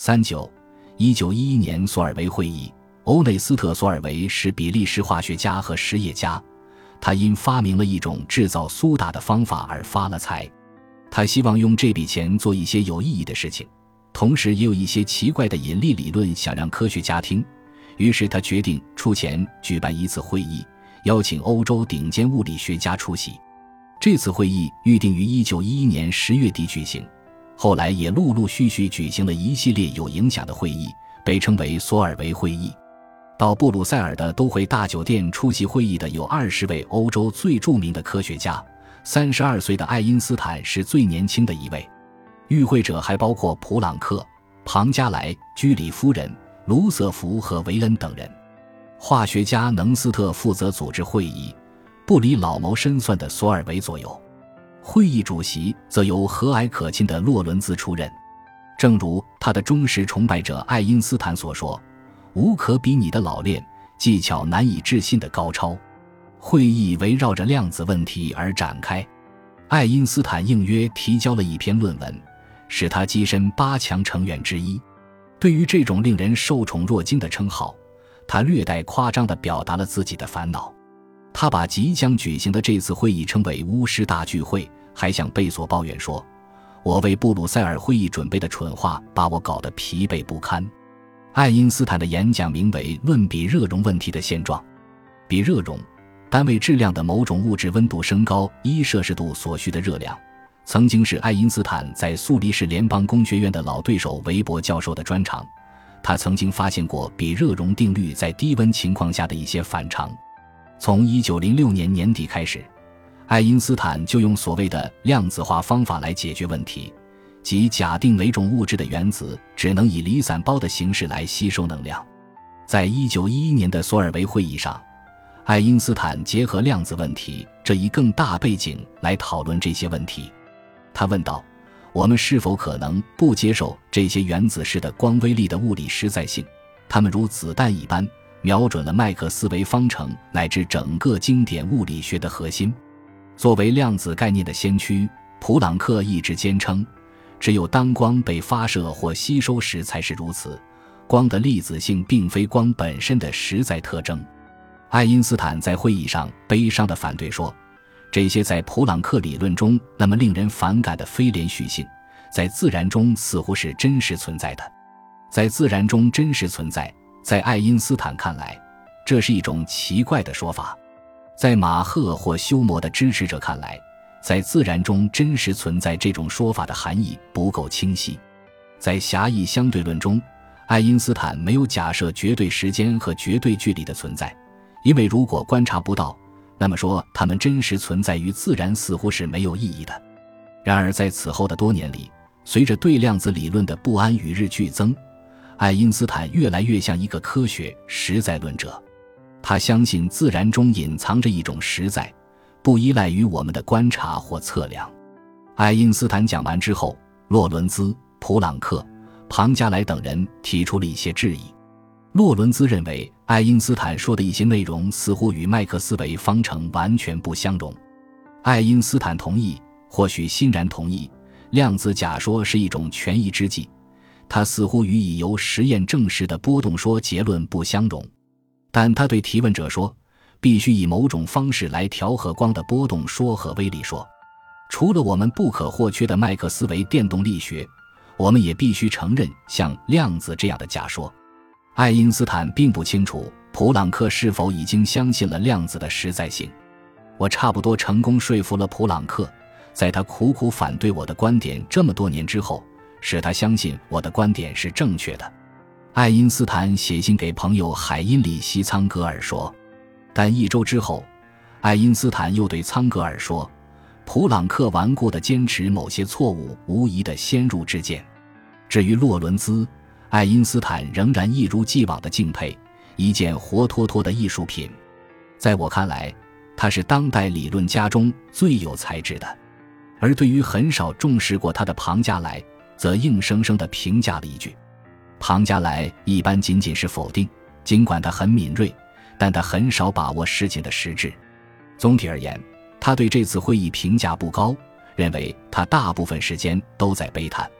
1911年索尔维会议，欧内斯特·索尔维是比利时化学家和实业家，他因发明了一种制造苏打的方法而发了财。他希望用这笔钱做一些有意义的事情，同时也有一些奇怪的引力理论想让科学家听，于是他决定出钱举办一次会议，邀请欧洲顶尖物理学家出席。这次会议预定于1911年10月底举行，后来也陆陆续续举行了一系列有影响的会议，被称为索尔维会议。到布鲁塞尔的都会大酒店出席会议的有20位欧洲最著名的科学家，32岁的爱因斯坦是最年轻的一位。与会者还包括普朗克、庞加莱、居里夫人、卢瑟福和维恩等人。化学家能斯特负责组织会议，不离老谋深算的索尔维左右。会议主席则由和蔼可亲的洛伦兹出任。正如他的忠实崇拜者爱因斯坦所说，无可比拟的老练，技巧难以置信的高超。会议围绕着量子问题而展开。爱因斯坦应约提交了一篇论文，使他跻身8强成员之一。对于这种令人受宠若惊的称号，他略带夸张地表达了自己的烦恼。他把即将举行的这次会议称为巫师大聚会，还向贝索抱怨说，我为布鲁塞尔会议准备的蠢话把我搞得疲惫不堪。爱因斯坦的演讲名为《论比热容问题的现状》。比热容，单位质量的某种物质温度升高1摄氏度所需的热量，曾经是爱因斯坦在苏黎世联邦工学院的老对手韦伯教授的专长。他曾经发现过比热容定律在低温情况下的一些反常。从1906年年底开始，爱因斯坦就用所谓的量子化方法来解决问题，即假定每种物质的原子只能以离散包的形式来吸收能量。在1911年的索尔维会议上，爱因斯坦结合量子问题这一更大背景来讨论这些问题。他问道，我们是否可能不接受这些原子式的光微粒的物理实在性？它们如子弹一般，瞄准了麦克斯韦方程乃至整个经典物理学的核心。作为量子概念的先驱，普朗克一直坚称，只有当光被发射或吸收时才是如此，光的粒子性并非光本身的实在特征。爱因斯坦在会议上悲伤地反对说，这些在普朗克理论中那么令人反感的非连续性，在自然中似乎是真实存在的。在自然中真实存在，在爱因斯坦看来，这是一种奇怪的说法。在马赫或休谟的支持者看来，在自然中真实存在这种说法的含义不够清晰。在狭义相对论中，爱因斯坦没有假设绝对时间和绝对距离的存在，因为如果观察不到，那么说它们真实存在于自然似乎是没有意义的。然而在此后的多年里，随着对量子理论的不安与日俱增，爱因斯坦越来越像一个科学实在论者。他相信自然中隐藏着一种实在，不依赖于我们的观察或测量。爱因斯坦讲完之后，洛伦兹、普朗克、庞加莱等人提出了一些质疑。洛伦兹认为爱因斯坦说的一些内容似乎与麦克斯韦方程完全不相容。爱因斯坦同意，或许欣然同意，量子假说是一种权宜之计，它似乎与已由实验证实的波动说结论不相容。但他对提问者说，必须以某种方式来调和光的波动说和微粒说。除了我们不可或缺的麦克斯韦电动力学，我们也必须承认像量子这样的假说。爱因斯坦并不清楚普朗克是否已经相信了量子的实在性。我差不多成功说服了普朗克，在他苦苦反对我的观点这么多年之后，使他相信我的观点是正确的。爱因斯坦写信给朋友海因里希·苍格尔说，但1周之后，爱因斯坦又对苍格尔说，普朗克顽固地坚持某些错误无疑的先入之见。至于洛伦兹，爱因斯坦仍然一如既往的敬佩，一件活脱脱的艺术品。在我看来，他是当代理论家中最有才智的。而对于很少重视过他的庞加莱，则硬生生地评价了一句。庞加莱一般仅仅是否定，尽管他很敏锐，但他很少把握事情的实质。总体而言，他对这次会议评价不高，认为他大部分时间都在悲叹，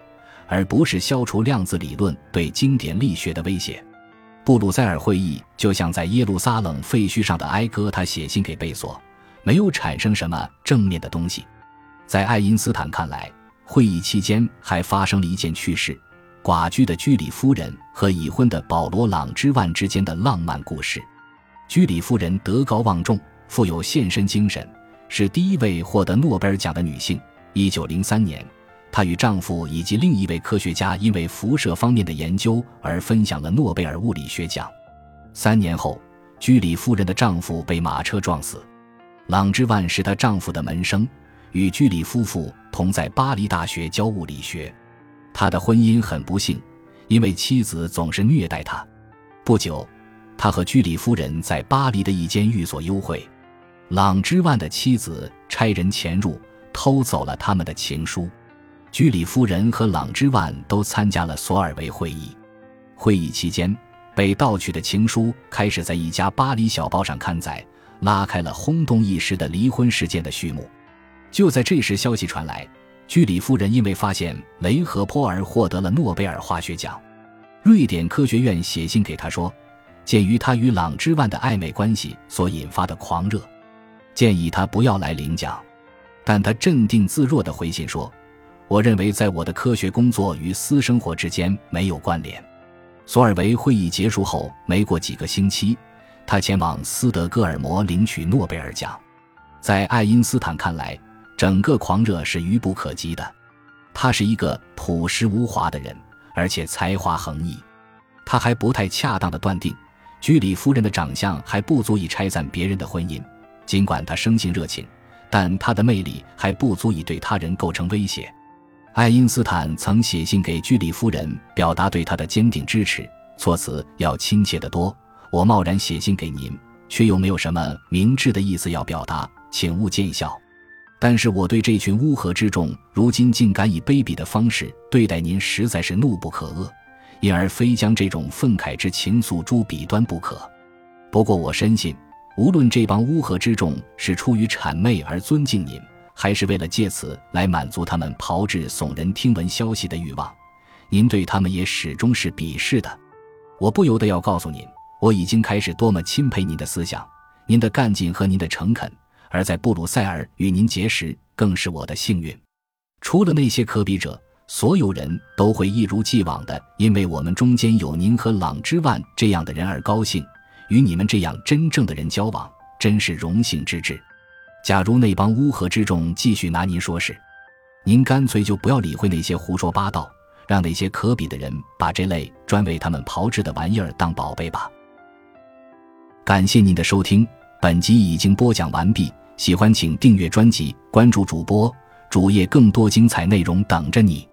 而不是消除量子理论对经典力学的威胁。布鲁塞尔会议就像在耶路撒冷废墟上的哀歌，他写信给贝索，没有产生什么正面的东西。在爱因斯坦看来，会议期间还发生了一件趣事，寡居的居里夫人和已婚的保罗·朗之万之间的浪漫故事。居里夫人德高望重，富有献身精神，是第一位获得诺贝尔奖的女性。1903年，她与丈夫以及另一位科学家因为辐射方面的研究而分享了诺贝尔物理学奖。3年后，居里夫人的丈夫被马车撞死。朗之万是她丈夫的门生，与居里夫妇同在巴黎大学教物理学。他的婚姻很不幸，因为妻子总是虐待他。不久，他和居里夫人在巴黎的一间寓所幽会。朗之万的妻子差人潜入，偷走了他们的情书。居里夫人和朗之万都参加了索尔维会议。会议期间，被盗取的情书开始在一家巴黎小报上刊载，拉开了轰动一时的离婚事件的序幕。就在这时，消息传来，居里夫人因为发现雷和波而获得了诺贝尔化学奖。瑞典科学院写信给他说，鉴于他与朗之万的暧昧关系所引发的狂热，建议他不要来领奖。但他镇定自若地回信说，我认为在我的科学工作与私生活之间没有关联。索尔维会议结束后没过几个星期，他前往斯德哥尔摩领取诺贝尔奖。在爱因斯坦看来，整个狂热是愚不可及的。他是一个朴实无华的人，而且才华横溢。他还不太恰当地断定，居里夫人的长相还不足以拆散别人的婚姻。尽管他生性热情，但他的魅力还不足以对他人构成威胁。爱因斯坦曾写信给居里夫人，表达对他的坚定支持，措辞要亲切得多。我贸然写信给您，却又没有什么明智的意思要表达，请勿见笑。但是我对这群乌合之众如今竟敢以卑鄙的方式对待您，实在是怒不可遏，因而非将这种愤慨之情诉诸彼端不可。不过我深信，无论这帮乌合之众是出于谄媚而尊敬您，还是为了借此来满足他们炮制耸人听闻消息的欲望，您对他们也始终是鄙视的。我不由得要告诉您，我已经开始多么钦佩您的思想，您的干劲和您的诚恳，而在布鲁塞尔与您结识更是我的幸运。除了那些可比者，所有人都会一如既往的因为我们中间有您和朗之万这样的人而高兴，与你们这样真正的人交往，真是荣幸之至。假如那帮乌合之众继续拿您说事，您干脆就不要理会那些胡说八道，让那些可比的人把这类专为他们炮制的玩意儿当宝贝吧。感谢您的收听，本集已经播讲完毕，喜欢请订阅专辑，关注主播，主页更多精彩内容等着你。